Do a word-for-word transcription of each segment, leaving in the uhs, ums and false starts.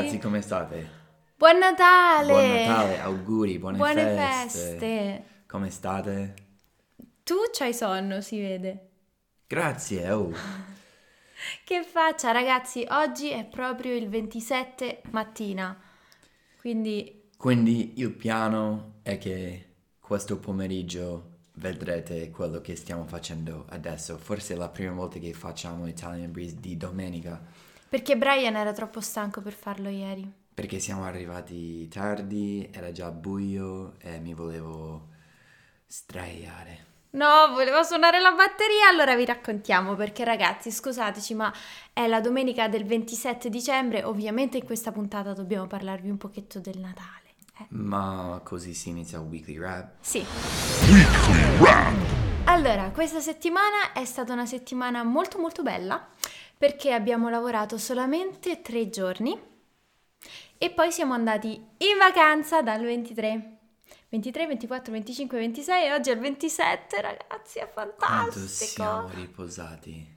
ragazzi, come state? Buon Natale! Buon Natale, auguri, buone, Buone feste. feste! Come state? Tu c'hai sonno, si vede. Grazie, oh. Che faccia, ragazzi, oggi è proprio il ventisette mattina, quindi... Quindi il piano è che questo pomeriggio vedrete quello che stiamo facendo adesso. Forse è la prima volta che facciamo Italian Breeze di domenica. Perché Brian era troppo stanco per farlo ieri. Perché siamo arrivati tardi, era già buio e mi volevo sdraiare. No, volevo suonare la batteria, allora vi raccontiamo perché ragazzi, scusateci, ma è la domenica del ventisette dicembre, ovviamente in questa puntata dobbiamo parlarvi un pochetto del Natale. Eh. Ma così si inizia il Weekly Rap? Sì. Weekly Rap. Allora, questa settimana è stata una settimana molto molto bella perché abbiamo lavorato solamente tre giorni e poi siamo andati in vacanza dal ventitré. ventitré, ventiquattro, venticinque, ventisei e oggi è il ventisette, ragazzi, è Quanto fantastico. siamo riposati.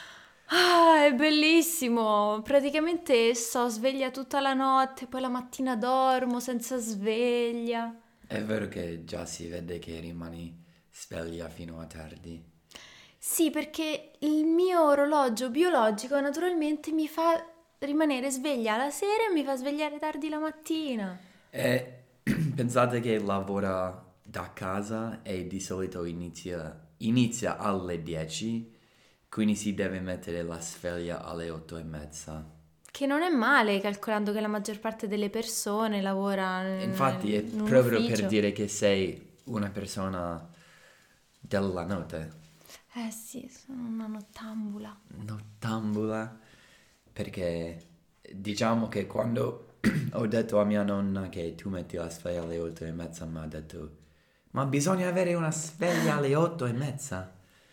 Ah, è bellissimo. Praticamente sto sveglia tutta la notte, poi la mattina dormo senza sveglia. È vero che già si vede che rimani sveglia fino a tardi. Sì, perché il mio orologio biologico naturalmente mi fa rimanere sveglia la sera e mi fa svegliare tardi la mattina. E pensate che lavora da casa e di solito inizia, inizia alle dieci, quindi si deve mettere la sveglia alle otto e mezza. Che non è male, calcolando che la maggior parte delle persone lavora in Infatti è in un proprio ufficio. per dire che sei una persona della notte, Eh sì, sono una nottambula. nottambula, perché diciamo che quando ho detto a mia nonna che tu metti la sveglia alle otto e mezza, mi ha detto: ma bisogna avere una sveglia alle otto e mezza?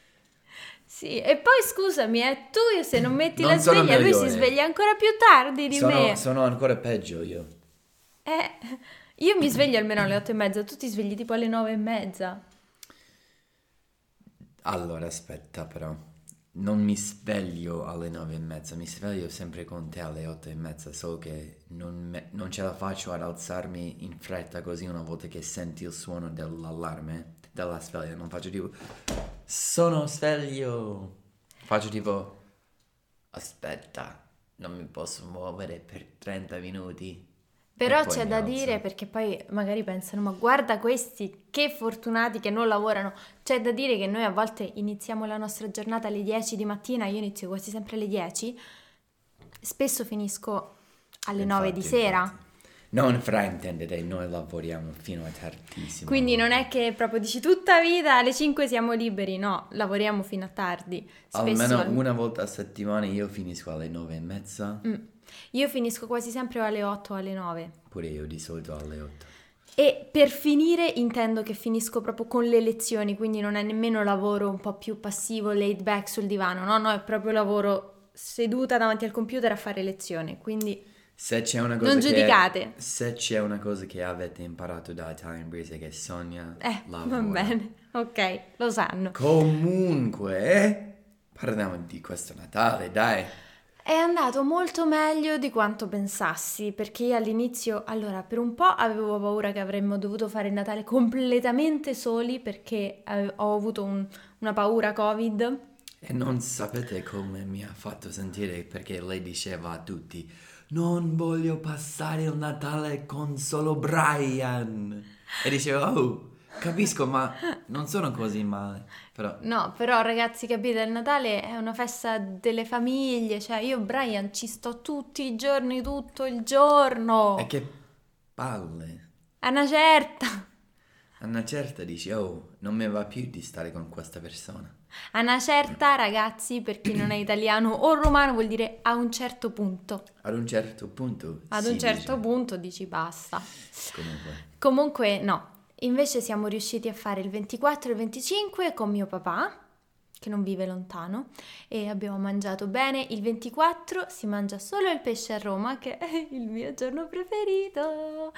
Sì, e poi scusami, eh, tu se non metti Non la sono sveglia, lui si migliore. sveglia ancora più tardi di Sono, me. sono ancora peggio io. Eh, io mi sveglio almeno alle otto e mezza, tu ti svegli tipo alle nove e mezza. Allora aspetta però, non mi sveglio alle nove e mezza, mi sveglio sempre con te alle otto e mezza, solo che non, me- non ce la faccio ad alzarmi in fretta così una volta che senti il suono dell'allarme, della sveglia, non faccio tipo sono sveglio, faccio tipo aspetta, non mi posso muovere per trenta minuti. Però E poi c'è mi da alzo. dire, perché poi magari pensano, ma guarda questi, che fortunati che non lavorano. C'è da dire che noi a volte iniziamo la nostra giornata alle dieci di mattina, io inizio quasi sempre alle dieci, spesso finisco alle nove di Infatti, sera. infatti. Non fraintendete, noi lavoriamo fino a tardissimo. Quindi non è che proprio dici tutta vita alle cinque siamo liberi, no, lavoriamo fino a tardi. Spesso Almeno al- una volta a settimana io finisco alle nove e mezza, Mm. Io finisco quasi sempre alle otto o alle nove. pure io di solito alle otto. E per finire intendo che finisco proprio con le lezioni, quindi non è nemmeno lavoro un po' più passivo, laid back sul divano, no, no, è proprio lavoro seduta davanti al computer a fare lezione, quindi Se c'è una cosa non che, giudicate. Se c'è una cosa che avete imparato da Italian Breeze è che Sonia Eh, lavora. va bene, ok, lo sanno. Comunque, eh, parliamo di questo Natale, dai. È andato molto meglio di quanto pensassi, perché io all'inizio, allora, per un po' avevo paura che avremmo dovuto fare il Natale completamente soli, perché ave- ho avuto un- una paura Covid. E non sapete come mi ha fatto sentire perché lei diceva a tutti: non voglio passare il Natale con solo Brian. E dicevo: oh, capisco, ma non sono così male. Però No, però ragazzi, capite, il Natale è una festa delle famiglie, cioè io Brian ci sto tutti i giorni, tutto il giorno. è che palle. A una certa, A una certa dici: oh, non mi va più di stare con questa persona. a una certa, ragazzi, per chi non è italiano o romano vuol dire a un certo punto. Ad un certo punto Ad si un certo dice. punto dici basta. Comunque, Comunque no, invece siamo riusciti a fare il ventiquattro e il venticinque con mio papà, che non vive lontano, e abbiamo mangiato bene. Il ventiquattro si mangia solo il pesce a Roma, che è il mio giorno preferito.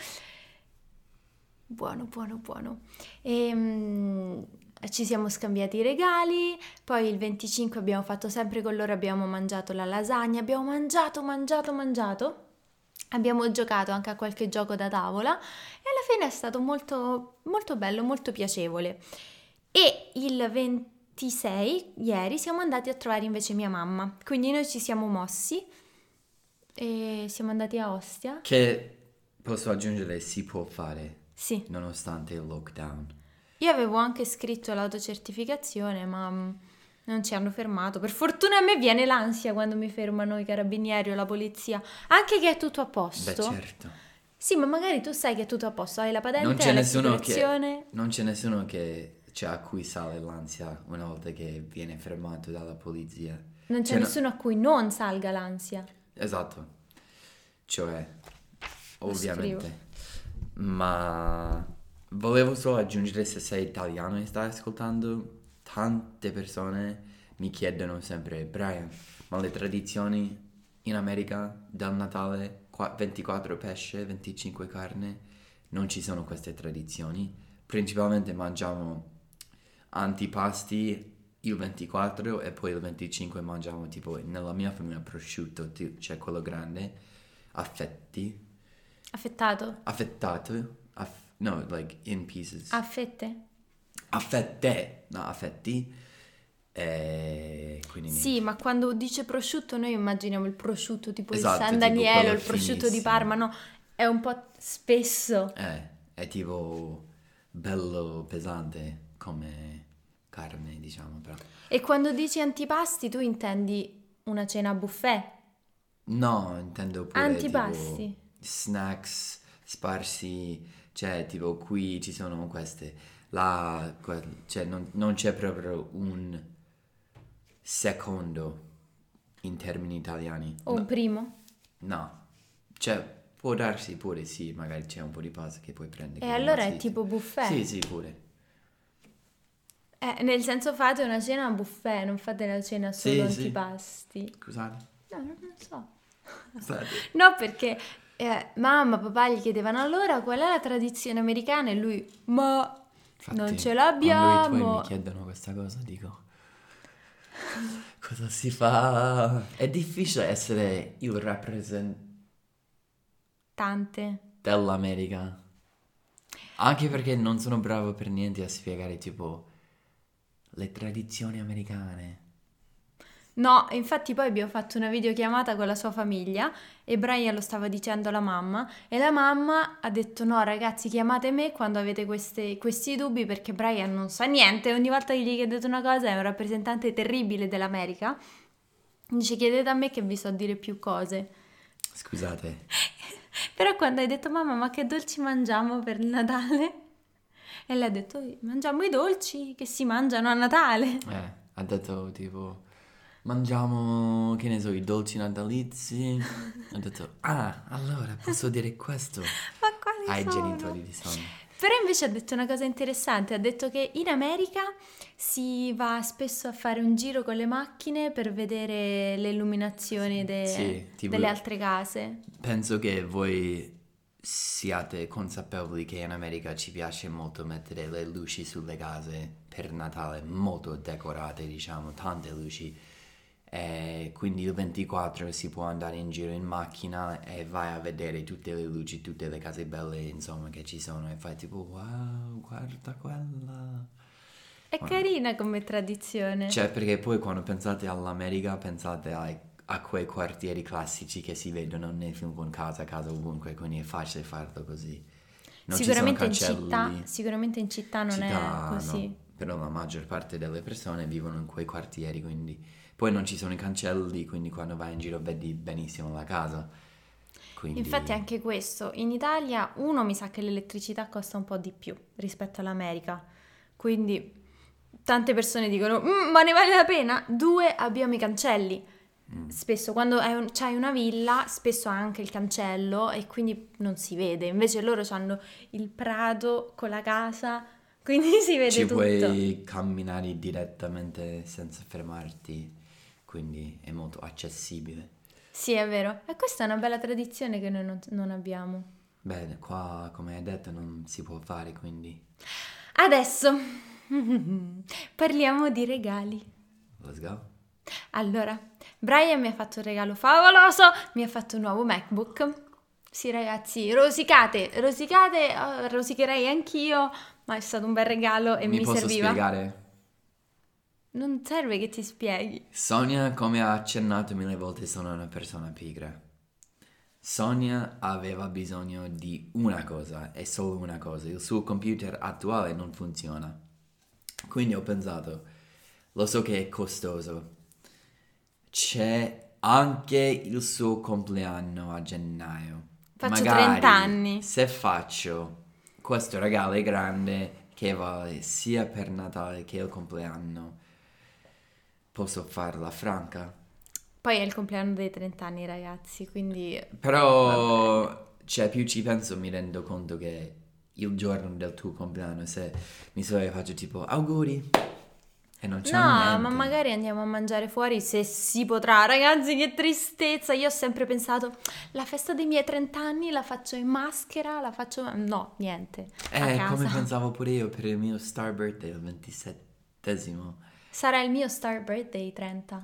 Buono, buono, buono. E, mm, ci siamo scambiati i regali, poi il venticinque abbiamo fatto sempre con loro, abbiamo mangiato la lasagna, abbiamo mangiato, mangiato, mangiato. Abbiamo giocato anche a qualche gioco da tavola e alla fine è stato molto, molto bello, molto piacevole. E il ventisei, ieri, siamo andati a trovare invece mia mamma. Quindi noi ci siamo mossi e siamo andati a Ostia. Che posso aggiungere si può fare Sì, nonostante il lockdown. io avevo anche scritto l'autocertificazione, ma mm, non ci hanno fermato. Per fortuna a me viene l'ansia quando mi fermano i carabinieri o la polizia, anche che è tutto a posto. Beh, certo. Sì, ma magari tu sai che è tutto a posto, hai la patente, Non c'è hai nessuno l'assicurazione. che non c'è nessuno che cioè, a cui sale l'ansia una volta che viene fermato dalla polizia. Non c'è Cioè, no- nessuno a cui non salga l'ansia. Esatto. Cioè, Lo ovviamente. Ma volevo solo aggiungere, se sei italiano e stai ascoltando, tante persone mi chiedono sempre: Brian, ma le tradizioni in America del Natale, qua- ventiquattro pesce, venticinque carne, non ci sono queste tradizioni. Principalmente mangiamo antipasti il ventiquattro e poi il venticinque mangiamo tipo, nella mia famiglia, prosciutto, ti- cioè quello grande, affetti, Affettato? affettato, aff- no, like in pieces, A fette? affette, no, affetti, e quindi niente. Sì, ma quando dice prosciutto noi immaginiamo il prosciutto tipo Esatto, il San tipo Danielo, quello il prosciutto di finissimo. Parma, no? È un po' spesso. Eh, è tipo bello pesante come carne, diciamo, però. E quando dici antipasti tu intendi una cena a buffet? No, intendo pure Antipasti. tipo snacks sparsi, cioè tipo qui ci sono queste, là, que- cioè non, non c'è proprio un secondo in termini italiani. O un No, primo? no. Cioè può darsi pure sì, magari c'è un po' di pasta che puoi prendere. E che allora non è si- tipo buffet? Sì, sì, pure. Eh, nel senso fate una cena a buffet, non fate la cena solo Sì, sì. antipasti. Scusate. No, non lo so. Scusate. No, perché eh, mamma, papà gli chiedevano allora qual è la tradizione americana e lui, ma Infatti, non ce quando i tuoi l'abbiamo. mi chiedono questa cosa, dico, cosa si fa? È difficile essere il rappresentante Tante. dell'America. Anche perché non sono bravo per niente a spiegare, tipo, le tradizioni americane. No, infatti poi abbiamo fatto una videochiamata con la sua famiglia e Brian lo stava dicendo alla mamma e la mamma ha detto no ragazzi chiamate me quando avete queste- questi dubbi perché Brian non sa niente, ogni volta che gli chiedete una cosa è un rappresentante terribile dell'America, dice chiedete a me che vi so dire più cose. Scusate. Però quando hai detto mamma ma che dolci mangiamo per il Natale? E lei ha detto mangiamo i dolci che si mangiano a Natale. Eh, ha detto, tipo, mangiamo, che ne so, i dolci natalizi. Ho detto, ah, allora posso dire questo Ma quali ai sono? genitori di Sonia. Però invece ha detto una cosa interessante, ha detto che in America si va spesso a fare un giro con le macchine per vedere le illuminazioni de- Sì, tipo- delle altre case. Penso che voi siate consapevoli che in America ci piace molto mettere le luci sulle case per Natale, molto decorate, diciamo, tante luci. E quindi il ventiquattro si può andare in giro in macchina e vai a vedere tutte le luci, tutte le case belle, insomma, che ci sono e fai tipo wow, guarda quella. È carina come tradizione. Cioè, perché poi quando pensate all'America pensate ai- a quei quartieri classici che si vedono nei film con casa, casa ovunque, quindi è facile farlo così. Non ci sono Sicuramente in cancelli. città, sicuramente in città non Città, è così. no, però la maggior parte delle persone vivono in quei quartieri, quindi poi non ci sono i cancelli, quindi quando vai in giro vedi benissimo la casa. Quindi Infatti anche questo, in Italia uno mi sa che l'elettricità costa un po' di più rispetto all'America, quindi tante persone dicono "Mm, ma ne vale la pena? Due, abbiamo i cancelli. Spesso quando hai un- c'hai una villa, spesso ha anche il cancello e quindi non si vede, invece loro hanno il prato con la casa, quindi si vede ci tutto. puoi camminare direttamente senza fermarti, quindi è molto accessibile. Sì, è vero. E questa è una bella tradizione che noi non, non abbiamo. Bene, qua come hai detto non si può fare, quindi Adesso parliamo di regali. let's go. Allora, Brian mi ha fatto un regalo favoloso, mi ha fatto un nuovo MacBook Sì, ragazzi, rosicate, rosicate, oh, rosicherei anch'io, ma è stato un bel regalo e mi, Mi posso serviva. spiegare? Non serve che ti spieghi. Sonia, come ha accennato mille volte, sono una persona pigra. Sonia aveva bisogno di una cosa, e solo una cosa. Il suo computer attuale non funziona. Quindi ho pensato, lo so che è costoso. C'è anche il suo compleanno a gennaio. Faccio Magari, trenta anni. se faccio questo regalo è grande che vale sia per Natale che il compleanno, posso farla franca. Poi è il compleanno dei trenta anni, ragazzi, quindi... Però, cioè, più ci penso mi rendo conto che il giorno del tuo compleanno, se mi so che faccio tipo auguri e non c'è No, niente. ma magari andiamo a mangiare fuori se si potrà. Ragazzi, che tristezza. Io ho sempre pensato, la festa dei miei trenta anni la faccio in maschera, la faccio... No, niente. A Eh, casa. come pensavo pure io per il mio star birthday, il ventisettesimo. Sarà il mio star birthday, trenta.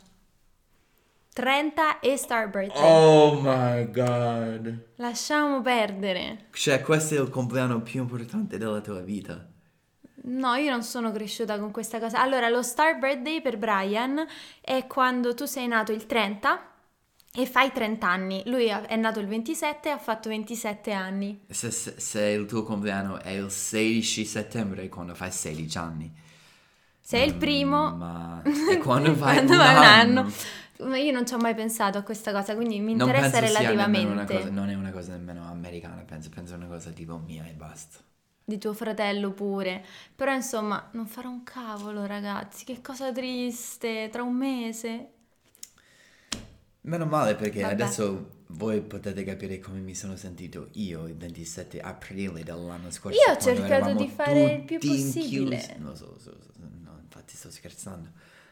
trenta e star birthday. Oh my god. Lasciamo perdere. Cioè, questo è il compleanno più importante della tua vita. No, io non sono cresciuta con questa cosa. Allora, lo star birthday per Brian è quando tu sei nato il trenta e fai trenta anni. Lui è nato il ventisette e ha fatto ventisette anni. Se, se, se il tuo compleanno è il sedici settembre, quando fai sedici anni. Se è il primo... Ma è quando fai quando un fai un anno. anno. Ma io non ci ho mai pensato a questa cosa, quindi mi Non interessa penso sia nemmeno relativamente. una cosa, non è una cosa nemmeno americana, penso, penso è una cosa tipo mia e basta. Di tuo fratello pure. Però insomma, non farò un cavolo, ragazzi. Che cosa triste. Tra un mese. Meno male, perché Vabbè. adesso voi potete capire come mi sono sentito io il ventisette aprile dell'anno scorso. Io ho quando cercato eravamo di fare il più tutti possibile. inchiusi. No, so, so, so, no, infatti sto scherzando.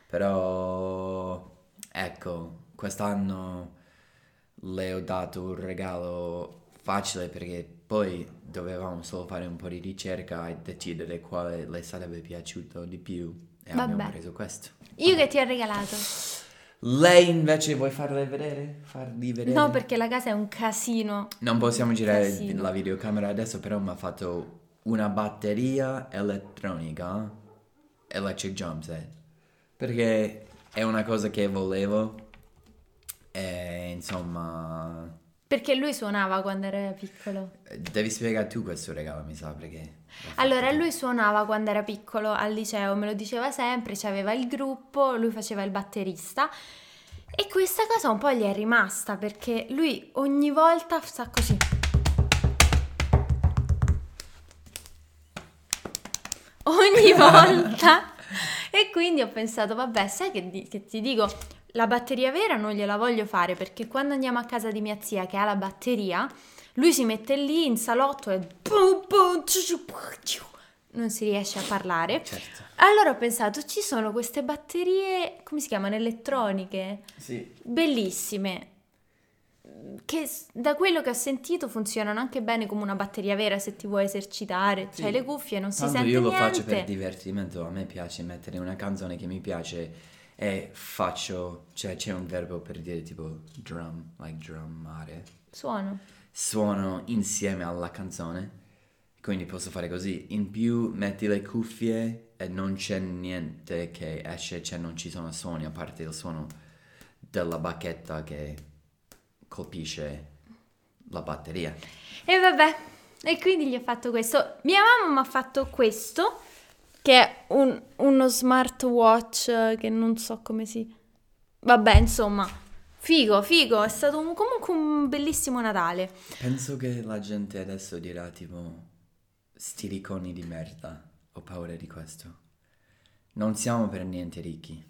Però, ecco, quest'anno le ho dato un regalo facile perché poi dovevamo solo fare un po' di ricerca e decidere quale le sarebbe piaciuto di più e Vabbè. abbiamo preso questo. Io che ti ho regalato? Lei invece vuoi farle vedere? Farli vedere? No, perché la casa è un casino. Non possiamo girare Casino. la videocamera adesso, però mi ha fatto una batteria elettronica, electric drum set, perché è una cosa che volevo e insomma... Perché lui suonava quando era piccolo. Devi spiegare tu questo regalo, mi sa, perché... l'ho fatto Allora, tu. lui suonava quando era piccolo al liceo, me lo diceva sempre, c'aveva il gruppo, lui faceva il batterista. E questa cosa un po' gli è rimasta perché lui ogni volta fa così. Ogni volta. E quindi ho pensato, vabbè, sai che, di- che ti dico? La batteria vera non gliela voglio fare perché quando andiamo a casa di mia zia che ha la batteria, lui si mette lì in salotto e pum, pum, ciu, ciu, ciu, non si riesce a parlare. Certo. Allora ho pensato, ci sono queste batterie, come si chiamano, elettroniche, Sì. bellissime, che s- da quello che ho sentito funzionano anche bene come una batteria vera se ti vuoi esercitare, Sì. c'hai le cuffie, non si Quando sente io lo niente. faccio per divertimento, a me piace mettere una canzone che mi piace e faccio, cioè c'è un verbo per dire tipo drum, like drummare. Suono. Suono insieme alla canzone, quindi posso fare così. In più metti le cuffie e non c'è niente che esce, cioè non ci sono suoni a parte il suono della bacchetta che colpisce la batteria. E vabbè, e quindi gli ho fatto questo. Mia mamma mi ha fatto questo, che è un- uno smartwatch che non so come si... Vabbè, insomma, figo, figo, è stato un- comunque un bellissimo Natale. Penso che la gente adesso dirà tipo sti ricconi di merda, ho paura di questo. Non siamo per niente ricchi.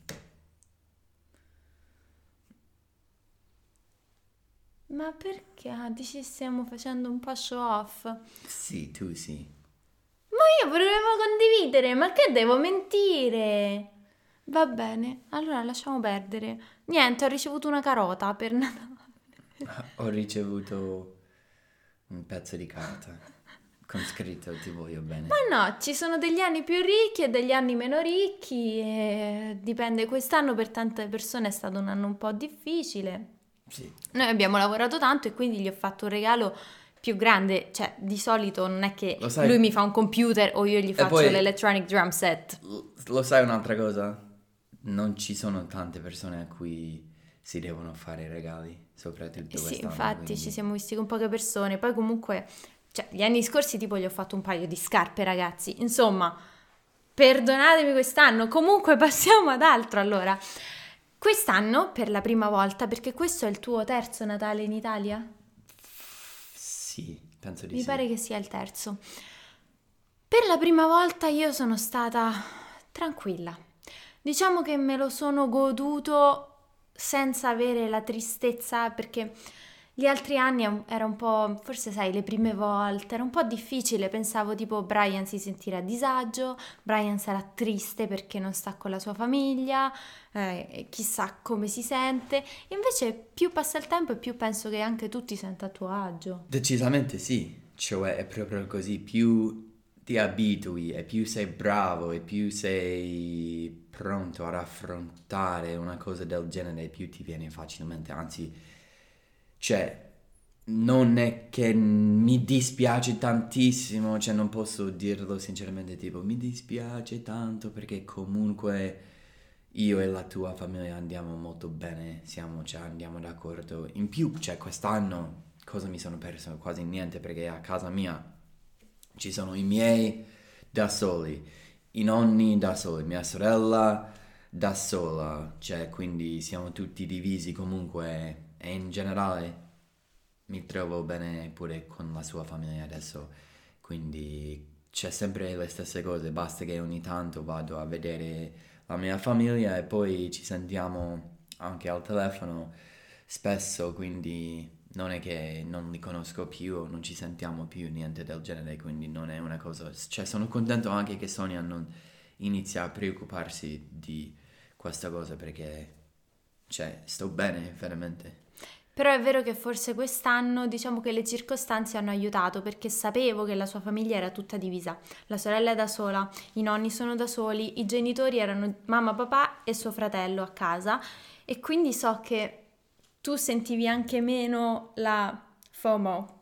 Ma perché? Ah, dici stiamo facendo un po' show off? Ma Sì, tu sì. io volevo condividere, ma che devo mentire? Va bene, allora lasciamo perdere. Niente, ho ricevuto una carota per Natale. Ho ricevuto un pezzo di carta con scritto ti voglio bene. Ma no, ci sono degli anni più ricchi e degli anni meno ricchi e dipende. Quest'anno per tante persone è stato un anno un po' difficile. Sì. Noi abbiamo lavorato tanto e quindi gli ho fatto un regalo più grande, cioè di solito non è che Lo sai- lui mi fa un computer o io gli faccio poi- l'electronic drum set. L- Lo sai un'altra cosa? Non ci sono tante persone a cui si devono fare regali, soprattutto Eh sì, quest'anno. infatti quindi- ci siamo visti con poche persone, poi comunque, cioè gli anni scorsi tipo gli ho fatto un paio di scarpe ragazzi, insomma, perdonatemi quest'anno, comunque passiamo ad altro allora. Quest'anno per la prima volta, perché questo è il tuo terzo Natale in Italia? Sì, penso di Mi sì. pare che sia il terzo. Per la prima volta io sono stata tranquilla. Diciamo che me lo sono goduto senza avere la tristezza, perché gli altri anni era un po', forse sai, le prime volte era un po' difficile. Pensavo tipo Brian si sentirà a disagio, Brian sarà triste perché non sta con la sua famiglia, eh, chissà come si sente. Invece più passa il tempo e più penso che anche tu ti senta a tuo agio. Decisamente sì, cioè è proprio così, più ti abitui e più sei bravo e più sei pronto ad affrontare una cosa del genere, più ti viene facilmente, anzi, cioè, non è che mi dispiace tantissimo, cioè non posso dirlo sinceramente, tipo, mi dispiace tanto perché comunque io e la tua famiglia andiamo molto bene, siamo, cioè, andiamo d'accordo. In più, cioè, quest'anno cosa mi sono perso? Quasi niente perché a casa mia ci sono i miei da soli, i nonni da soli, mia sorella da sola, cioè quindi siamo tutti divisi comunque e in generale mi trovo bene pure con la sua famiglia adesso, quindi c'è sempre le stesse cose, basta che ogni tanto vado a vedere la mia famiglia e poi ci sentiamo anche al telefono spesso, quindi non è che non li conosco più, non ci sentiamo più, niente del genere, quindi non è una cosa, cioè sono contento anche che Sonia non inizia a preoccuparsi di questa cosa perché, cioè, sto bene veramente. Però è vero che forse quest'anno diciamo che le circostanze hanno aiutato, perché sapevo che la sua famiglia era tutta divisa. La sorella è da sola, i nonni sono da soli, i genitori erano mamma, papà e suo fratello a casa, e quindi so che tu sentivi anche meno la FOMO,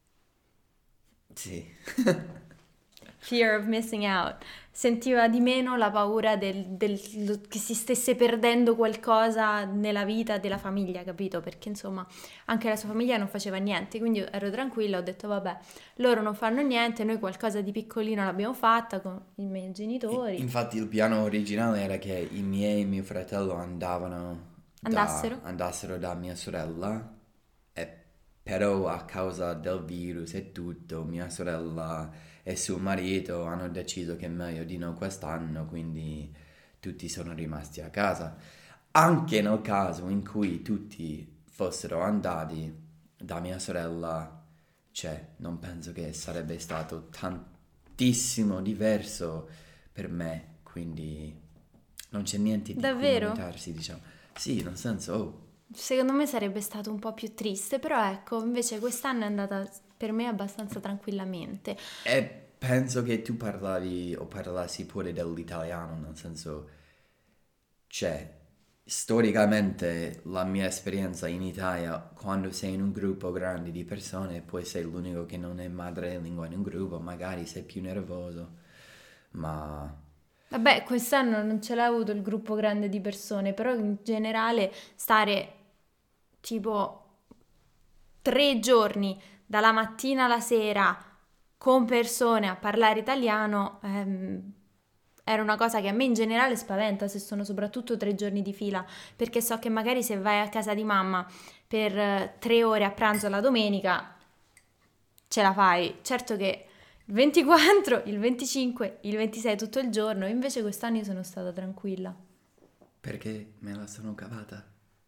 Sì. fear of missing out. Sentiva di meno la paura del, del- che si stesse perdendo qualcosa nella vita della famiglia, capito? Perché insomma anche la sua famiglia non faceva niente, quindi ero tranquilla, ho detto vabbè, loro non fanno niente, noi qualcosa di piccolino l'abbiamo fatta con i miei genitori. Infatti il piano originale era che i miei e mio fratello andavano da- Andassero? andassero da mia sorella, e però a causa del virus e tutto, mia sorella e suo marito hanno deciso che è meglio di no quest'anno, quindi tutti sono rimasti a casa. Anche nel caso in cui tutti fossero andati da mia sorella, cioè, non penso che sarebbe stato tantissimo diverso per me, quindi non c'è niente di cui Davvero? lamentarsi, diciamo. Sì, nel senso, oh, Secondo me sarebbe stato un po' più triste, però ecco, invece quest'anno è andata per me abbastanza tranquillamente. e penso che tu parlavi o parlassi pure dell'italiano, nel senso, cioè, storicamente la mia esperienza in Italia, quando sei in un gruppo grande di persone e poi sei l'unico che non è madrelingua in un gruppo, magari sei più nervoso, ma Vabbè, quest'anno non ce l'ha avuto il gruppo grande di persone, però in generale stare tipo tre giorni dalla mattina alla sera con persone a parlare italiano ehm, era una cosa che a me in generale spaventa se sono soprattutto tre giorni di fila, perché so che magari se vai a casa di mamma per eh, tre ore a pranzo la domenica ce la fai. Certo che il ventiquattro, il venticinque, il ventisei tutto il giorno, invece quest'anno io sono stata tranquilla. perché me la sono cavata.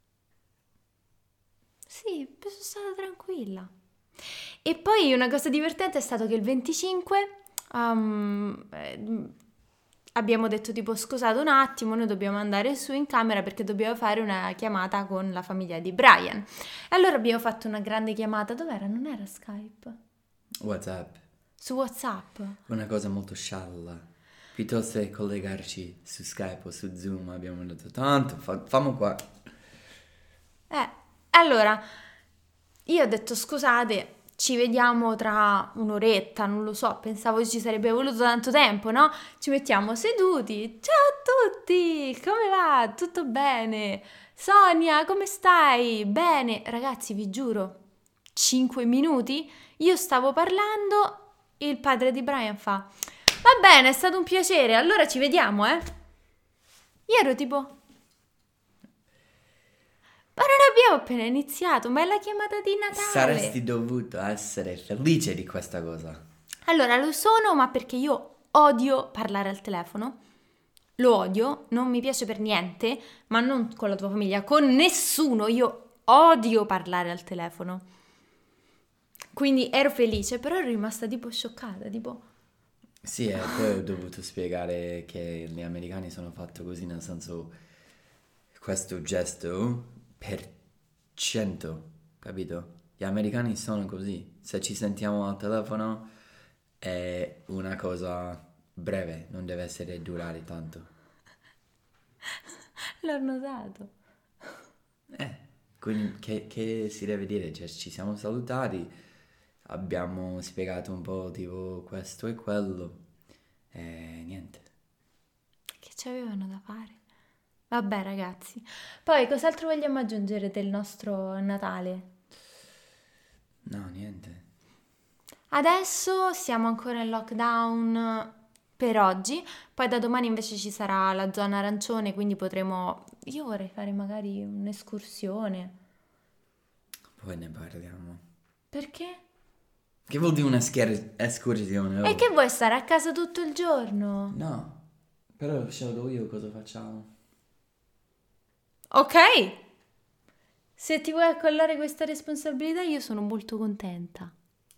Sì, sono stata tranquilla. E poi una cosa divertente è stato che il venticinque um, eh, abbiamo detto tipo scusate un attimo, noi dobbiamo andare su in camera perché dobbiamo fare una chiamata con la famiglia di Brian. E allora abbiamo fatto una grande chiamata, dov'era? Non era Skype? WhatsApp, Su WhatsApp. una cosa molto scialla. Piuttosto che collegarci su Skype o su Zoom, abbiamo detto tanto, fa- fammo qua. Eh, Allora, io ho detto scusate, ci vediamo tra un'oretta, non lo so, pensavo ci sarebbe voluto tanto tempo, no? Ci mettiamo seduti. Ciao a tutti, come va? Tutto bene? Sonia, come stai? Bene, ragazzi, vi giuro, cinque minuti? Io stavo parlando, il padre di Brian fa: va bene, è stato un piacere, allora ci vediamo, eh? Io ero tipo: ma non abbiamo appena iniziato, ma è la chiamata di Natale. Saresti dovuto essere felice di questa cosa. Allora, lo sono, ma perché io odio parlare al telefono. Lo odio, non mi piace per niente, ma non con la tua famiglia, con nessuno. Io odio parlare al telefono. Quindi ero felice, però ero rimasta tipo scioccata, tipo... Sì, e poi ho dovuto spiegare che gli americani sono fatti così, nel senso, questo gesto per cento, capito? Gli americani sono così. Se ci sentiamo al telefono è una cosa breve, non deve essere durare tanto. L'ho notato. Eh, quindi che, che si deve dire? Cioè, ci siamo salutati, abbiamo spiegato un po' tipo questo e quello, e niente. Che ci avevano da fare? Vabbè, ragazzi. Poi, cos'altro vogliamo aggiungere del nostro Natale? No, niente. Adesso siamo ancora in lockdown per oggi, poi da domani invece ci sarà la zona arancione, quindi potremo... Io vorrei fare magari un'escursione. Poi ne parliamo. Perché? Che vuol dire una scher- escursione? Oh. E che vuoi stare a casa tutto il giorno? No, però scelgo io cosa facciamo. Ok, se ti vuoi accollare questa responsabilità io sono molto contenta.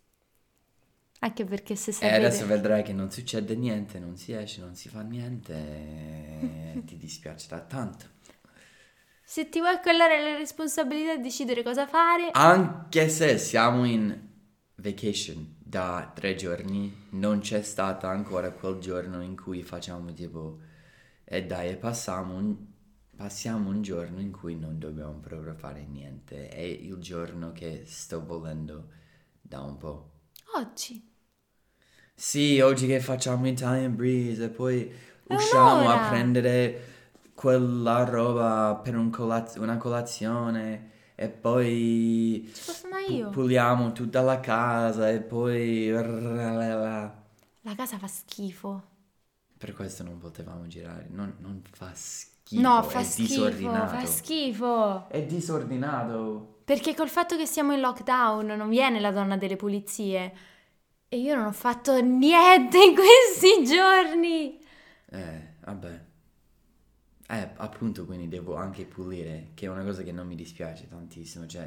Anche perché se E sapete... adesso vedrai che non succede niente, non si esce, non si fa niente, e ti dispiacerà tanto. Se ti vuoi accollare la responsabilità di decidere cosa fare... Anche se siamo in vacation da tre giorni, non c'è stato ancora quel giorno in cui facciamo tipo, e dai, passiamo un, passiamo un giorno in cui non dobbiamo proprio fare niente. È il giorno che sto volendo da un po'. Oggi. Sì, oggi che facciamo Italian Breeze e poi usciamo un'ora. a prendere quella roba per un colaz- una colazione e poi Ci posso andare pu- io? puliamo tutta la casa e poi... La casa fa schifo. Per questo non potevamo girare, non, non fa schifo, No, fa è schifo, disordinato. fa schifo. È disordinato. Perché col fatto che siamo in lockdown non viene la donna delle pulizie. E io non ho fatto niente in questi giorni. Eh, vabbè. Eh, appunto, quindi devo anche pulire, che è una cosa che non mi dispiace tantissimo, cioè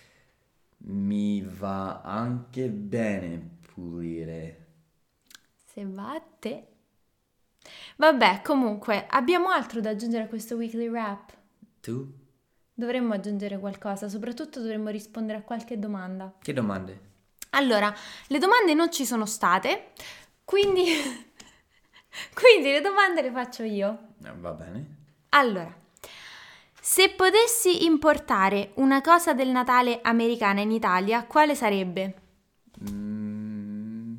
mi va anche bene pulire. Se va a te. Vabbè, comunque, abbiamo altro da aggiungere a questo weekly wrap? Tu? Dovremmo aggiungere qualcosa, soprattutto dovremmo rispondere a qualche domanda. Che domande? Allora, le domande non ci sono state, quindi, quindi le domande le faccio io. Eh, va bene. Allora, se potessi importare una cosa del Natale americana in Italia, quale sarebbe? Mm.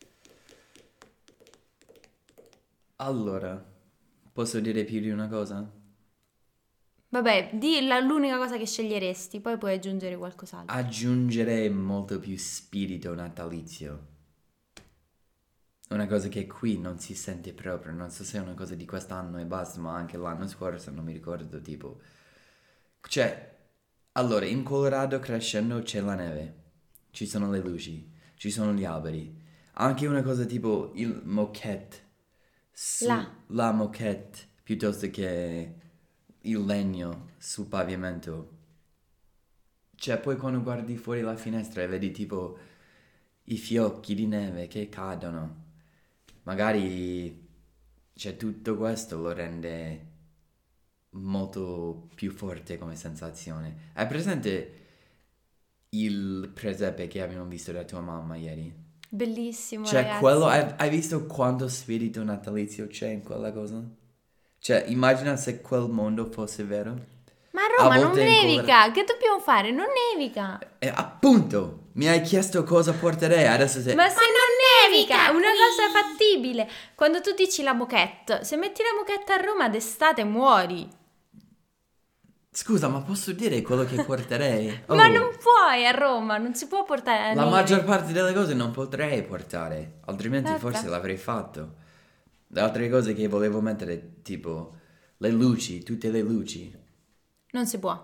Allora, posso dire più di una cosa? Vabbè, di la- l'unica cosa che sceglieresti, poi puoi aggiungere qualcos'altro. Aggiungerei molto più spirito natalizio. Una cosa che qui non si sente proprio, non so se è una cosa di quest'anno e basta, ma anche l'anno scorso non mi ricordo tipo. Cioè, allora, in Colorado crescendo c'è la neve, ci sono le luci, ci sono gli alberi, anche una cosa tipo il moquette, su- La. la moquette, piuttosto che il legno sul pavimento. Cioè, poi quando guardi fuori la finestra e vedi tipo i fiocchi di neve che cadono, magari, cioè, tutto questo lo rende molto più forte come sensazione. Hai presente il presepe che abbiamo visto da tua mamma ieri? Bellissimo, Cioè, ragazzi. quello, hai, hai visto quanto spirito natalizio c'è in quella cosa? Cioè, immagina se quel mondo fosse vero. Ma Roma non volte ancora- nevica, che dobbiamo fare? Non nevica. E appunto, mi hai chiesto cosa porterei, adesso se... Ma se non nevica, è una cosa fattibile. Quando tu dici la moquette, se metti la moquette a Roma d'estate muori. Scusa, ma posso dire quello che porterei? Ma Oh, non puoi a Roma, non si può portare la la neve. maggior parte delle cose non potrei portare, altrimenti Vabbè. forse l'avrei fatto. Le altre cose che volevo mettere, tipo le luci, tutte le luci. Non si può.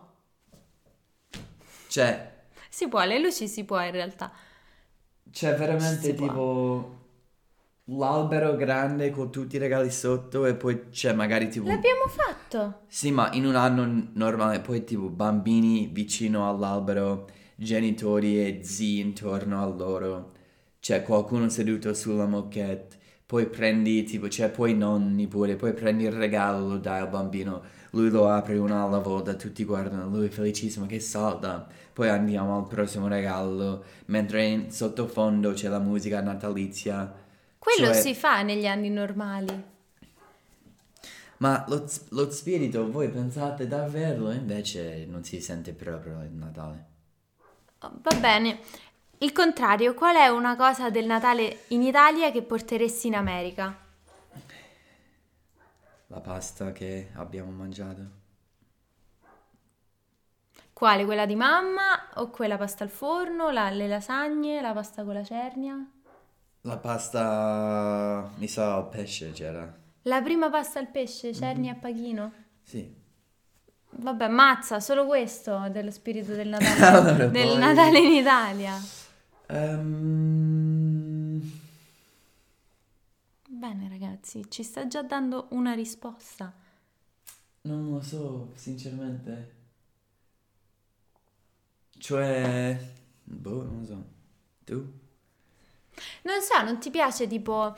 Cioè, Si può, le luci si può in realtà. c'è veramente Si può. tipo l'albero grande con tutti i regali sotto e poi c'è magari tipo... L'abbiamo fatto. Sì, ma in un anno n- normale, poi tipo bambini vicino all'albero, genitori e zii intorno a loro, c'è qualcuno seduto sulla moquette, poi prendi tipo, c'è poi i nonni pure, poi prendi il regalo, lo dai al bambino, lui lo apre una alla volta, tutti guardano, lui è felicissimo che salta, poi andiamo al prossimo regalo, mentre in sottofondo c'è la musica natalizia. Quello Cioè- si fa negli anni normali. Ma lo, z- lo spirito, voi pensate davvero? Invece non si sente proprio il Natale. Oh, va bene. Il contrario, qual è una cosa del Natale in Italia che porteresti in America? La pasta che abbiamo mangiato. Quale? Quella di mamma o quella pasta al forno, la- le lasagne, la pasta con la cernia? La pasta, mi sa, al pesce c'era. La prima pasta al pesce, cernia e paghino? Sì. Vabbè, mazza, solo questo dello spirito del Natale, Allora, del poi- Natale in Italia. Ehm, Bene ragazzi, ci sta già dando una risposta. non lo so, sinceramente. Cioè, boh, non lo so. Tu? Non so, non ti piace tipo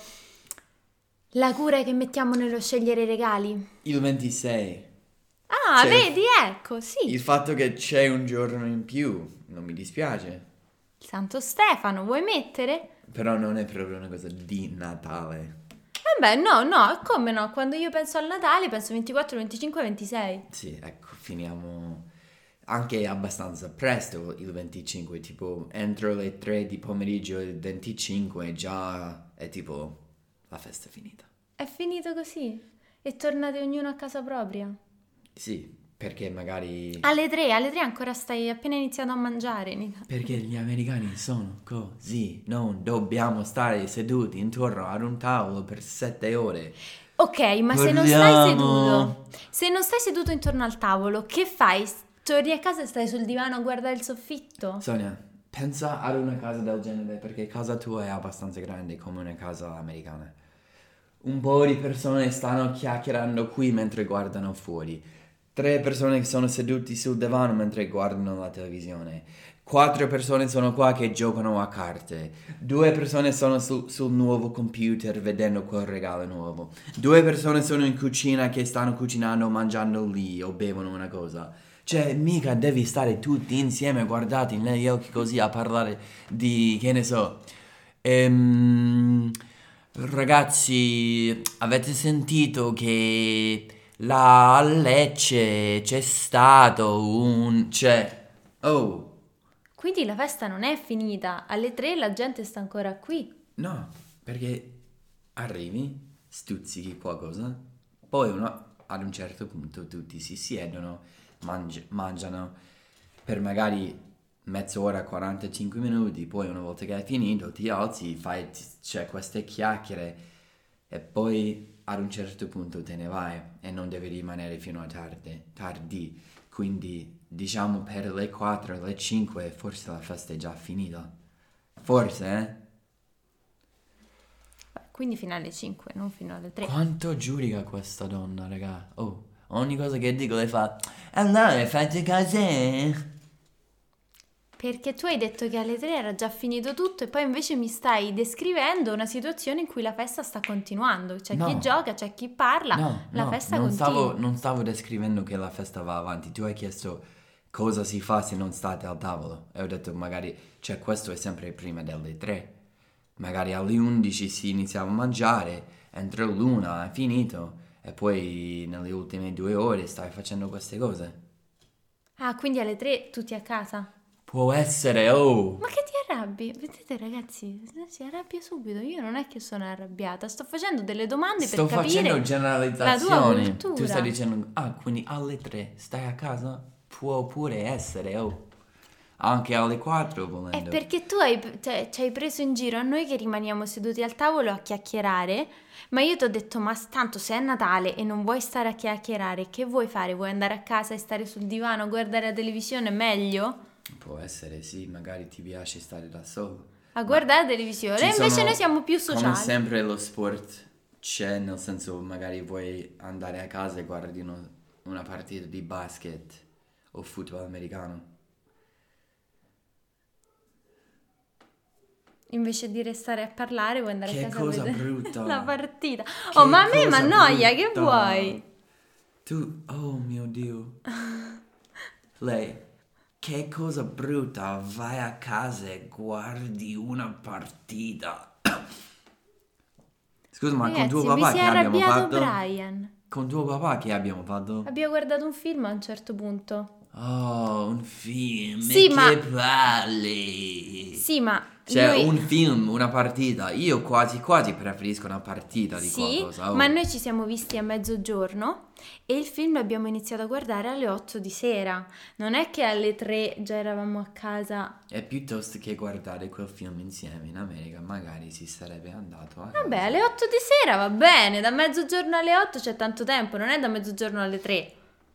la cura che mettiamo nello scegliere i regali? Il ventisei. Ah, Cioè, vedi, ecco, sì. Il fatto che c'è un giorno in più, non mi dispiace. Santo Stefano, vuoi mettere? Però non è proprio una cosa di Natale. Vabbè, no, no, come no? Quando io penso al Natale penso ventiquattro, venticinque, ventisei. Sì, ecco, finiamo anche abbastanza presto il venticinque, tipo entro le tre di pomeriggio il venticinque già è tipo la festa è finita. È finito così? E tornate ognuno a casa propria? Sì, perché magari... Alle tre, alle tre ancora stai appena iniziando a mangiare. Nica. Perché gli americani sono così, non dobbiamo stare seduti intorno ad un tavolo per sette ore. Ok, ma se non stai Parliamo. seduto, se non stai seduto intorno al tavolo, che fai? Torni a casa e stai sul divano a guardare il soffitto? Sonia, pensa ad una casa del genere perché casa tua è abbastanza grande come una casa americana. Un po' di persone stanno chiacchierando qui mentre guardano fuori. Tre persone che sono seduti sul divano mentre guardano la televisione. Quattro persone sono qua che giocano a carte. Due persone sono su- sul nuovo computer vedendo quel regalo nuovo. Due persone sono in cucina che stanno cucinando, mangiando lì o bevono una cosa. Cioè, mica devi stare tutti insieme guardati negli occhi così a parlare di, che ne so, ehm, ragazzi, avete sentito che là a Lecce c'è stato un, cioè, oh, Quindi la festa non è finita, alle tre la gente sta ancora qui. no, perché arrivi, stuzzichi qualcosa, poi uno, ad un certo punto tutti si siedono, mangi- mangiano per magari mezz'ora, quarantacinque minuti, poi una volta che hai finito ti alzi, fai t- cioè, queste chiacchiere e poi ad un certo punto te ne vai e non devi rimanere fino a tardi, tardi. Quindi diciamo per le quattro, le cinque forse la festa è già finita. Forse, eh? Beh, quindi fino alle cinque, non fino alle tre. Quanto giudica questa donna, raga? Oh, ogni cosa che dico le fa. Allora, fate cose? Perché tu hai detto che alle tre era già finito tutto e poi invece mi stai descrivendo una situazione in cui la festa sta continuando. C'è No. chi gioca, c'è chi parla, No, la no, festa non continua. stavo, non stavo descrivendo che la festa va avanti. Tu hai chiesto cosa si fa se non state al tavolo. E ho detto magari, cioè questo è sempre prima delle tre. Magari alle undici si iniziava a mangiare, entro l'una è finito. E poi nelle ultime due ore stai facendo queste cose. Ah, quindi alle tre tutti a casa? Può essere, oh! Ma che ti arrabbi? Vedete ragazzi, si arrabbia subito. Io non è che sono arrabbiata, sto facendo delle domande Sto per capire facendo la tua generalizzazioni. cultura. Tu stai dicendo, ah, quindi alle tre stai a casa? Può pure essere, oh. Anche alle quattro È volendo. perché tu hai, cioè, ci hai preso in giro a noi che rimaniamo seduti al tavolo a chiacchierare, ma io ti ho detto, ma tanto se è Natale e non vuoi stare a chiacchierare, che vuoi fare? Vuoi andare a casa e stare sul divano a guardare la televisione meglio? Può essere, sì, magari ti piace stare da solo. A guardare la televisione, Ci invece sono- noi siamo più Come sociali. sempre lo sport c'è, nel senso magari vuoi andare a casa e guardi uno- una partita di basket o football americano. Invece di restare a parlare, vuoi andare Che a casa cosa a vedere brutta. la partita. Che Oh, ma a me mi cosa annoia, che brutta. vuoi? Tu, oh mio Dio. Lei, che cosa brutta, vai a casa e guardi una partita. Scusa, ma con Ragazzi, tuo mi papà si che è abbiamo arrabbiato fatto? Brian. Con tuo papà che abbiamo fatto? Abbiamo guardato un film a un certo punto. Oh, un film, Sì, e ma- che palle! Sì, ma Cioè, noi... un film, una partita. Io quasi quasi preferisco una partita di Sì, qualcosa. Oh. ma noi ci siamo visti a mezzogiorno e il film l'abbiamo iniziato a guardare alle otto di sera. Non è che alle tre già eravamo a casa. E piuttosto che guardare quel film insieme in America, magari si sarebbe andato a casa. Vabbè, alle otto di sera va bene, da mezzogiorno alle otto c'è tanto tempo, non è da mezzogiorno alle tre.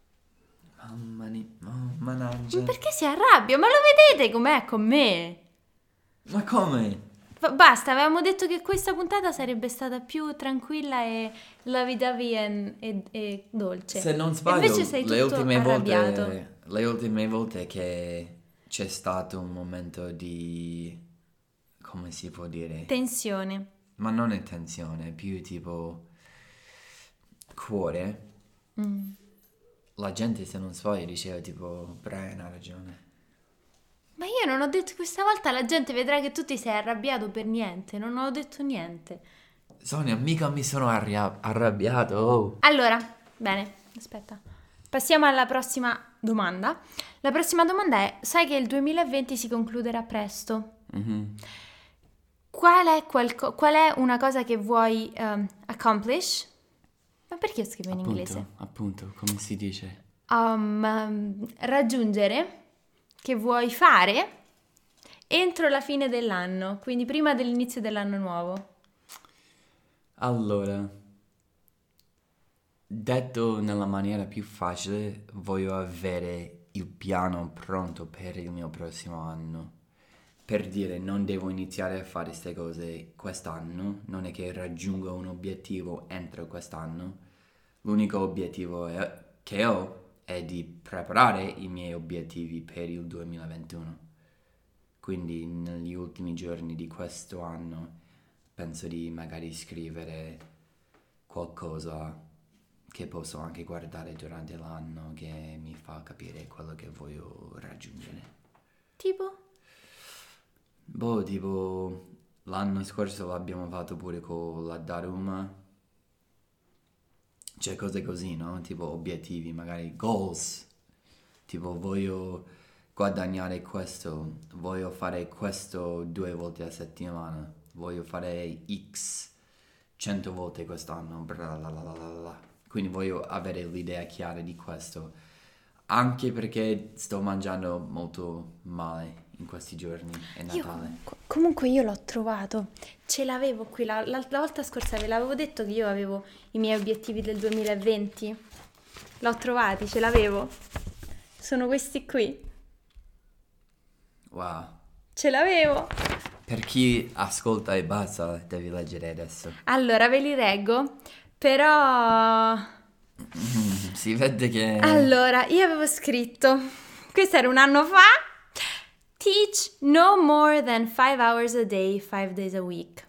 Mamma mia, oh, mannaggia. Ma perché si arrabbia? Ma lo vedete com'è con me? Ma come? Fa- Basta, avevamo detto che questa puntata sarebbe stata più tranquilla e lovey-dovey e, e- e dolce. Se non E sbaglio, invece sei le tutto ultime arrabbiato. volte, le ultime volte che c'è stato un momento di, come si può dire? Tensione. Ma non è tensione, è più tipo cuore. Mm. La gente, se non sbaglio, diceva tipo, Brian ha ragione. Ma io non ho detto questa volta, la gente vedrà che tu ti sei arrabbiato per niente, non ho detto niente. Sonia, mica mi sono arria- arrabbiato, oh. Allora, bene, aspetta. Passiamo alla prossima domanda. La prossima domanda è, sai che il duemilaventi si concluderà presto? Mhm. Qual è, qualco- qual è una cosa che vuoi ehm, accomplish? Ma perché io scrivo in Appunto, inglese? appunto, come si dice? Um, um, raggiungere, che vuoi fare entro la fine dell'anno, quindi prima dell'inizio dell'anno nuovo. Allora, detto nella maniera più facile, voglio avere il piano pronto per il mio prossimo anno. Per dire, non devo iniziare a fare queste cose quest'anno, non è che raggiungo un obiettivo entro quest'anno. L'unico obiettivo è- che ho è di preparare i miei obiettivi per il duemilaventuno. Quindi negli ultimi giorni di questo anno penso di magari scrivere qualcosa che posso anche guardare durante l'anno che mi fa capire quello che voglio raggiungere. Tipo? Boh, tipo l'anno scorso l'abbiamo fatto pure con la Daruma. Cioè cose così, no? Tipo obiettivi, magari goals. Tipo voglio guadagnare questo, voglio fare questo due volte a settimana, voglio fare X cento volte quest'anno, bla bla bla bla bla bla. Quindi voglio avere l'idea chiara di questo. Anche perché sto mangiando molto male in questi giorni, è Io Natale. comunque, comunque io l'ho trovato, ce l'avevo qui, la, la- la volta scorsa ve l'avevo detto che io avevo i miei obiettivi del duemilaventi, l'ho trovati, ce l'avevo, sono questi qui, Wow. ce l'avevo. Per chi ascolta e basta, devi leggere adesso. Allora ve li reggo, però... Mm, si vede che... Allora, io avevo scritto, questo era un anno fa, teach no more than five hours a day, five days a week.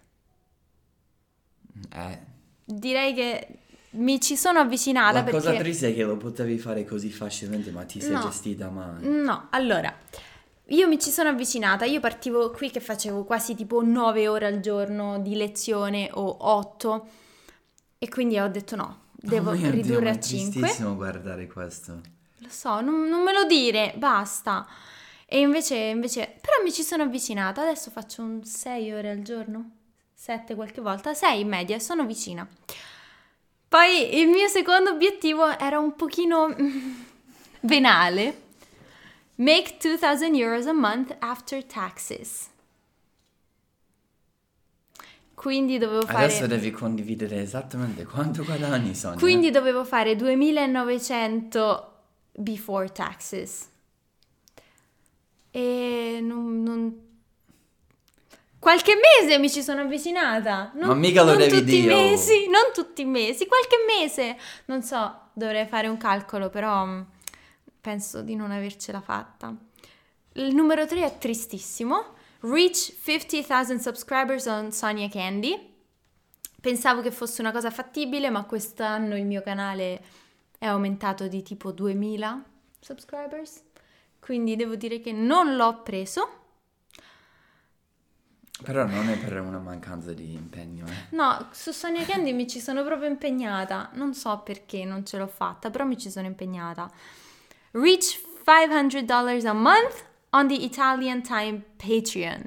Eh, Direi che mi ci sono avvicinata la perché... cosa triste è che lo potevi fare così facilmente, ma ti sei No. gestita male. No, allora, io mi ci sono avvicinata, io partivo qui che facevo quasi tipo nove ore al giorno di lezione o otto e quindi ho detto no, devo Oh mio Dio, ridurre ma a è cinque. tristissimo guardare questo. Lo so, non, non me lo dire, basta. E invece, invece, però mi ci sono avvicinata, adesso faccio un sei ore al giorno, sette qualche volta, sei in media, sono vicina. Poi il mio secondo obiettivo era un pochino venale. Make two thousand euros a month after taxes. Quindi dovevo fare... Adesso devi condividere esattamente quanto guadagni, Sonia. Quindi dovevo fare duemilanovecento before taxes. E non, non... Qualche mese mi ci sono avvicinata. Non, Ma mica lo non devi tutti i dire, oh. mesi, non tutti i mesi, qualche mese. Non so, dovrei fare un calcolo, però mh, penso di non avercela fatta. Il numero tre è tristissimo. Reach fifty thousand subscribers on Sonia Candy. Pensavo che fosse una cosa fattibile, ma quest'anno il mio canale è aumentato di tipo duemila subscribers. Quindi devo dire che non l'ho preso. Però non è per una mancanza di impegno, eh. No, su Sonia Candy mi ci sono proprio impegnata. Non so perché non ce l'ho fatta, però mi ci sono impegnata. Reach five hundred dollars a month on the Italian Time Patreon.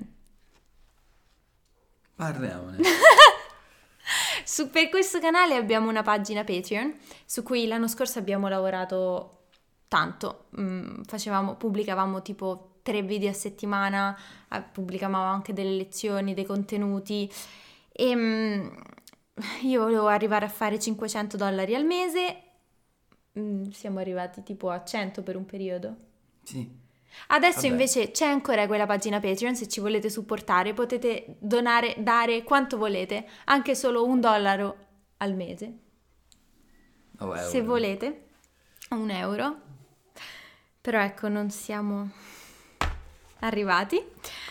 Parliamone. Su, per questo canale abbiamo una pagina Patreon su cui l'anno scorso abbiamo lavorato tanto. Mm, facevamo, pubblicavamo tipo tre video a settimana, eh, pubblicavamo anche delle lezioni, dei contenuti e mm, io volevo arrivare a fare cinquecento dollari al mese. Mm, siamo arrivati tipo a cento per un periodo. Sì. Adesso Vabbè. invece c'è ancora quella pagina Patreon, se ci volete supportare potete donare, dare quanto volete, anche solo un dollaro al mese, Oh, euro. se volete, un euro, però ecco non siamo arrivati.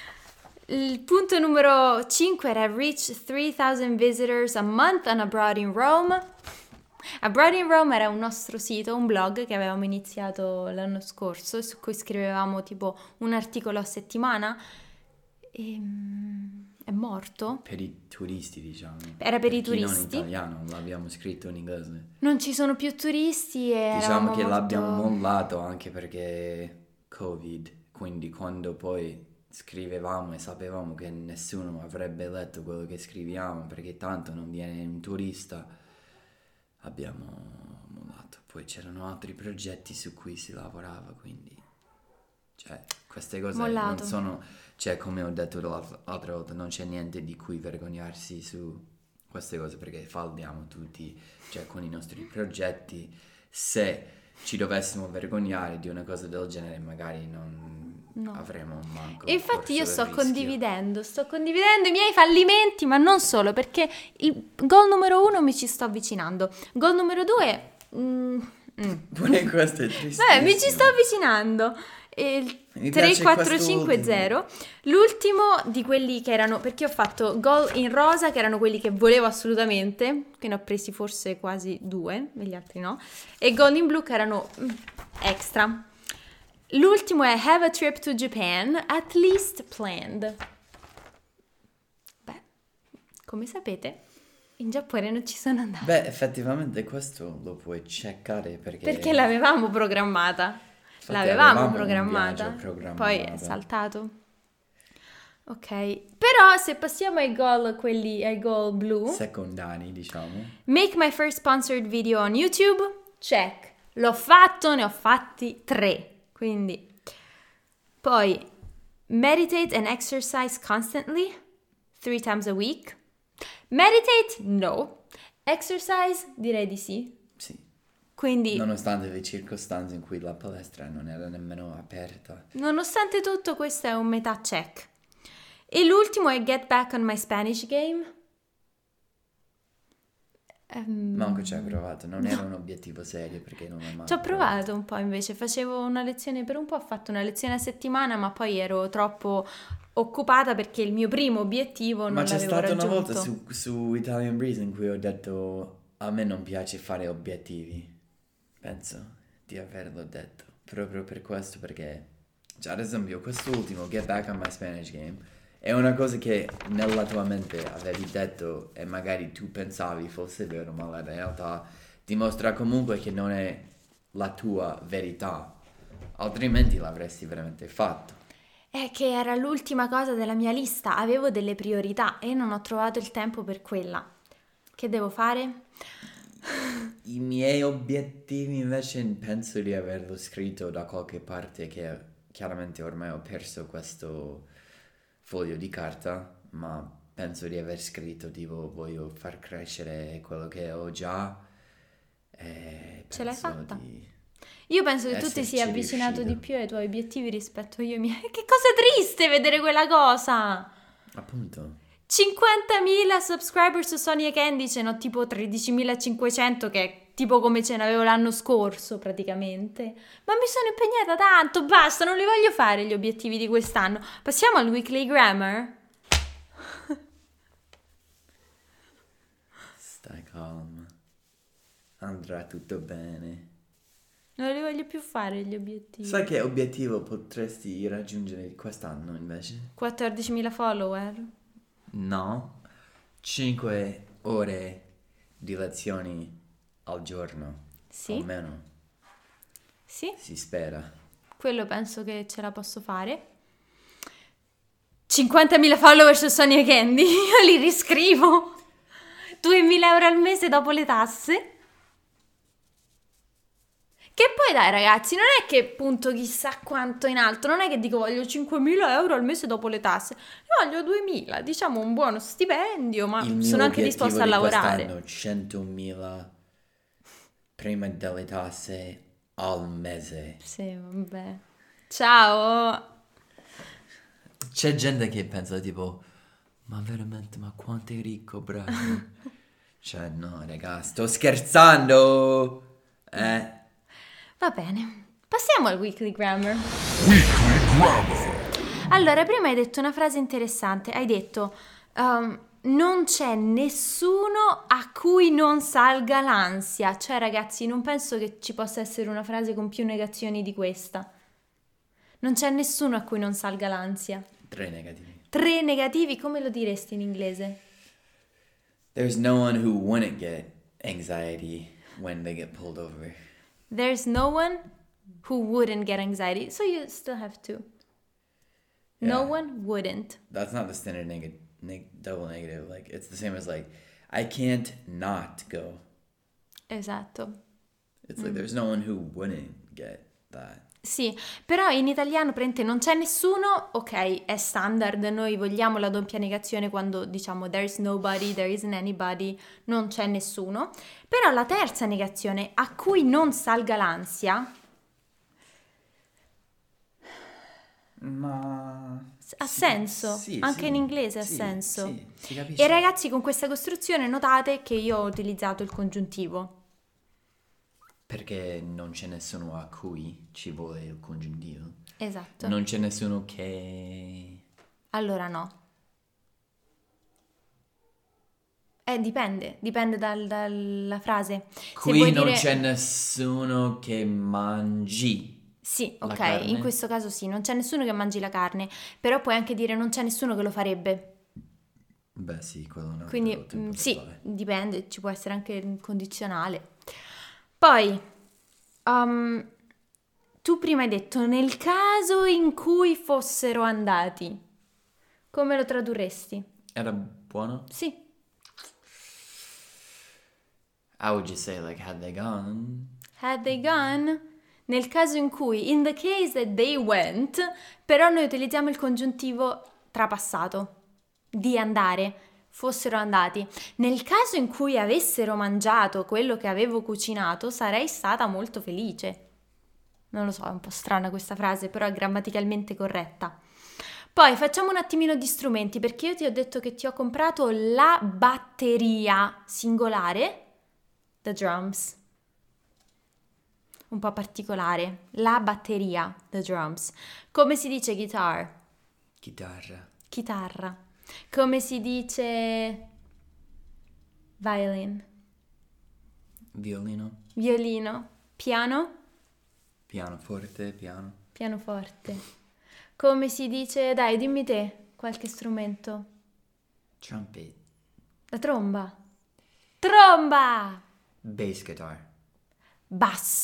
Il punto numero cinque era reach three thousand visitors a month on Abroad in Rome. Abroad in Rome era un nostro sito, un blog che avevamo iniziato l'anno scorso, su cui scrivevamo tipo un articolo a settimana e è morto. Per i turisti, diciamo. Era per i chi turisti. non italiano, l'abbiamo scritto in inglese. Non ci sono più turisti e Diciamo eravamo che molto... l'abbiamo mollato anche perché Covid, quindi quando poi scrivevamo e sapevamo che nessuno avrebbe letto quello che scriviamo perché tanto non viene un turista, abbiamo mollato. Poi c'erano altri progetti su cui si lavorava, quindi cioè queste cose Mollato. non sono, cioè come ho detto l'altra volta, non c'è niente di cui vergognarsi su queste cose perché falliamo tutti, cioè con i nostri progetti. Se ci dovessimo vergognare di una cosa del genere magari non No. avremo manco E infatti io corso sto il rischio. condividendo, sto condividendo i miei fallimenti, ma non solo, perché il goal numero uno mi ci sto avvicinando. Goal numero due... mm, mm. Pure questo è tristissimo. Vabbè, mi ci sto avvicinando. E il Mi tre piace quattro questo cinque zero. L'ultimo di quelli che erano, perché ho fatto goal in rosa, che erano quelli che volevo assolutamente, che ne ho presi forse quasi due, e gli altri no, e goal in blu che erano mm, extra. L'ultimo è have a trip to Japan, at least planned. Beh, come sapete, in Giappone non ci sono andata. Beh, effettivamente questo lo puoi checkare perché... Perché l'avevamo programmata. Infatti L'avevamo avevamo un programmata. viaggio programmato. Poi è saltato. Ok. Però se passiamo ai goal, quelli ai goal blu. secondari, diciamo. Make my first sponsored video on YouTube. Check. L'ho fatto, ne ho fatti tre. Quindi. Poi meditate and exercise constantly. Three times a week. Meditate? No. Exercise? Direi di sì. Sì. Quindi, Nonostante le circostanze in cui la palestra non era nemmeno aperta. nonostante tutto, questo è un metà check. E l'ultimo è get back on my Spanish game. Ehm, Manco ci hai provato, non era un obiettivo serio perché non ho mai Ci ho provato un po' invece, facevo una lezione per un po', ho fatto una lezione a settimana, ma poi ero troppo occupata perché il mio primo obiettivo non Ma c'è l'avevo stata raggiunto. una volta su, su Italian Breeze in cui ho detto a me non piace fare obiettivi. Penso di averlo detto. Proprio per questo perché, cioè ad esempio quest'ultimo Get Back on My Spanish Game è una cosa che nella tua mente avevi detto e magari tu pensavi fosse vero, ma la realtà dimostra comunque che non è la tua verità, altrimenti l'avresti veramente fatto. È che era l'ultima cosa della mia lista, avevo delle priorità e non ho trovato il tempo per quella. Che devo fare? I miei obiettivi invece penso di averlo scritto da qualche parte, che chiaramente ormai ho perso questo foglio di carta, ma penso di aver scritto tipo voglio far crescere quello che ho già e Ce l'hai penso fatta? di Io penso che tu ti sia esserci avvicinato riuscito. di più ai tuoi obiettivi rispetto ai miei. Che cosa triste vedere quella cosa! Appunto. cinquantamila subscriber su Sonia Candy, ce n'ho tipo tredicimilacinquecento, che è tipo come ce n'avevo l'anno scorso praticamente. Ma mi sono impegnata tanto, basta, non li voglio fare gli obiettivi di quest'anno. Passiamo al weekly grammar? Stai calma. Andrà tutto bene. Non li voglio più fare gli obiettivi. Sai che obiettivo potresti raggiungere quest'anno invece? quattordicimila follower? No. cinque ore di lezioni al giorno. Sì. Almeno. Sì, Si spera. quello penso che ce la posso fare. cinquantamila follower su Sonia Candy, io li riscrivo. duemila euro al mese dopo le tasse. Che poi dai ragazzi, non è che punto chissà quanto in alto, non è che dico voglio cinquemila euro al mese dopo le tasse, ne voglio duemila, diciamo un buono stipendio, ma Il mio sono anche obiettivo disposta a di lavorare. quest'anno, centomila prima delle tasse al mese. Sì, vabbè. Ciao! C'è gente che pensa tipo, ma veramente, ma quanto è ricco, bravo. Cioè, no, raga, sto scherzando. Eh, Va bene, passiamo al weekly grammar. Weekly Grammar. Allora, prima hai detto una frase interessante, hai detto um, non c'è nessuno a cui non salga l'ansia. Cioè ragazzi, non penso che ci possa essere una frase con più negazioni di questa. Non c'è nessuno a cui non salga l'ansia. tre negativi. Tre negativi, come lo diresti in inglese? There's no one who wouldn't get anxiety when they get pulled over. There's no one who wouldn't get anxiety, so you still have to. No Yeah. one wouldn't. That's not the standard neg- neg- double negative. Like, it's the same as like, I can't not go. Esatto. It's like, there's no one who wouldn't get that. Sì, però in italiano prende non c'è nessuno, ok, è standard, noi vogliamo la doppia negazione quando diciamo there is nobody, there isn't anybody, non c'è nessuno, però la terza negazione a cui non salga l'ansia Ma... ha senso, sì, anche sì, in inglese ha sì, senso. sì, si capisce. E ragazzi, con questa costruzione notate che io ho utilizzato il congiuntivo. Perché non c'è nessuno a cui ci vuole il congiuntivo. Esatto. Non c'è nessuno che... Allora no. Eh, dipende, dipende dal- dalla frase. Se Qui vuoi non dire... c'è nessuno che mangi. Sì, la ok, carne. in questo caso sì, non c'è nessuno che mangi la carne, però puoi anche dire non c'è nessuno che lo farebbe. Beh sì, quello no. Quindi quello tempo mm, da sì, fare. dipende, ci può essere anche il condizionale. Poi, um, tu prima hai detto nel caso in cui fossero andati, come lo tradurresti? Era buono? Sì, I would just say like, had they gone? had they gone? Nel caso in cui, in the case that they went, però noi utilizziamo il congiuntivo trapassato, di andare, fossero andati. Nel caso in cui avessero mangiato quello che avevo cucinato, sarei stata molto felice. Non lo so, è un po' strana questa frase, però è grammaticalmente corretta. Poi facciamo un attimino di strumenti, perché io ti ho detto che ti ho comprato la batteria singolare, the drums. Un po' particolare, la batteria, the drums. Come si dice guitar? Chitarra. Chitarra. Come si dice violin? Violino. Violino. Piano? Pianoforte, piano. Pianoforte. Come si dice, dai, dimmi te, qualche strumento. Trumpet. La tromba. Tromba! Bass guitar. Basso.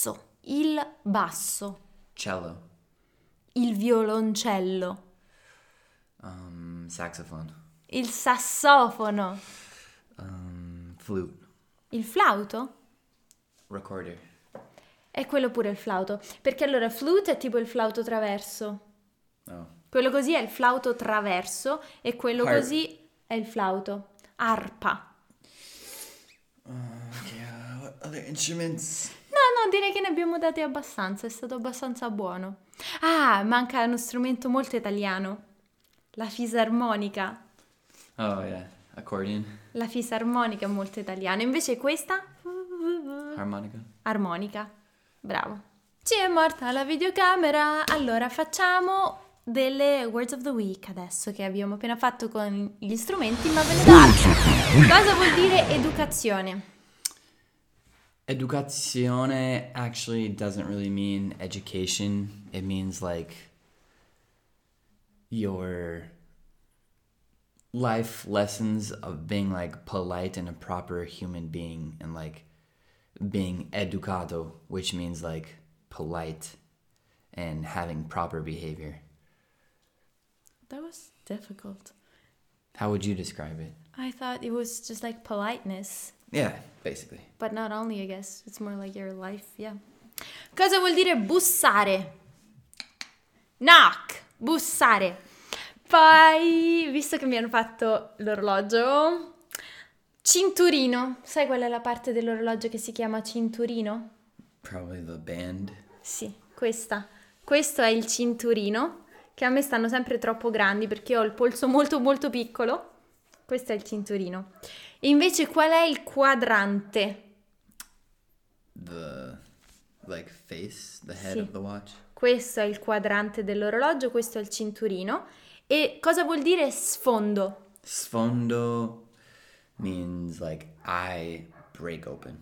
il basso, Cello. il violoncello, Um, saxophone. il sassofono, Um, flute. il flauto? Recorder. È quello pure il flauto, perché allora flute è tipo il flauto traverso, Oh. quello così è il flauto traverso e quello Harp. così è il flauto. Arpa. Uh, yeah. What other instruments? No, no, direi che ne abbiamo dati abbastanza, è stato abbastanza buono. Ah, manca uno strumento molto italiano, la fisarmonica. Oh yeah. Accordion. La fisarmonica è molto italiana, invece questa? Harmonica. Armonica. Bravo. Ci è morta la videocamera, allora facciamo delle words of the week adesso che abbiamo appena fatto con gli strumenti, ma ve ne do altre. Cosa vuol dire educazione? Educazione actually doesn't really mean education. It means like your life lessons of being like polite and a proper human being and like being educato, which means like polite and having proper behavior. That was difficult. How would you describe it? I thought it was just like politeness, Yeah, basically. but not only, I guess. It's more like your life, yeah. Cosa vuol dire bussare? Knock, bussare. Poi, visto che mi hanno fatto l'orologio, cinturino. Sai qual è la parte dell'orologio che si chiama cinturino? Probably the band. Sì, questa. Questo è il cinturino, che a me stanno sempre troppo grandi perché ho il polso molto molto piccolo. Questo è il cinturino. E invece qual è il quadrante? The like face, the head Sì. of the watch. Questo è il quadrante dell'orologio, questo è il cinturino. E cosa vuol dire sfondo? Sfondo means like I break open.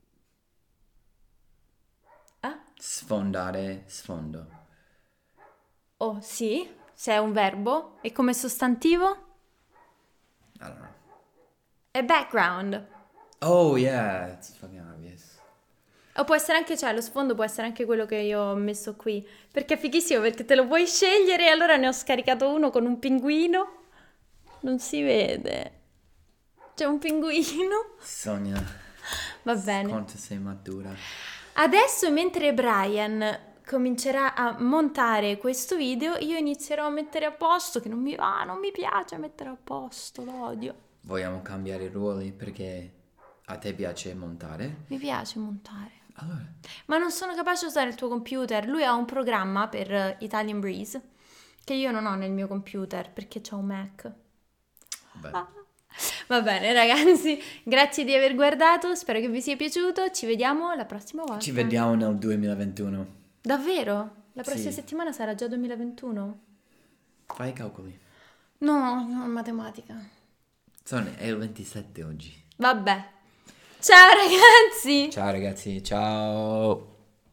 Ah? Sfondare, sfondo. Oh, sì, se è un verbo. E come sostantivo? I don't know. È background. Oh yeah, it's fucking obvious. O può essere anche, cioè, lo sfondo può essere anche quello che io ho messo qui. Perché è fighissimo, perché te lo puoi scegliere e allora ne ho scaricato uno con un pinguino. Non si vede. C'è un pinguino. Sonia, Va bene. quanto sei matura. Adesso, mentre Brian comincerà a montare questo video, io inizierò a mettere a posto, che non mi va, non mi piace mettere a posto, l'odio. Vogliamo cambiare i ruoli perché a te piace montare? Mi piace montare. Allora, Ma non sono capace di usare il tuo computer. Lui ha un programma per eh, Italian Breeze che io non ho nel mio computer perché ho un Mac. beh, Ah. Va bene ragazzi, grazie di aver guardato, spero che vi sia piaciuto, ci vediamo la prossima volta. ci vediamo nel duemilaventuno. Davvero? La prossima Sì. settimana sarà già duemilaventuno? Fai i calcoli. No, no, matematica. Sono, è il ventisette oggi. Vabbè. Ciao ragazzi! Ciao ragazzi, ciao.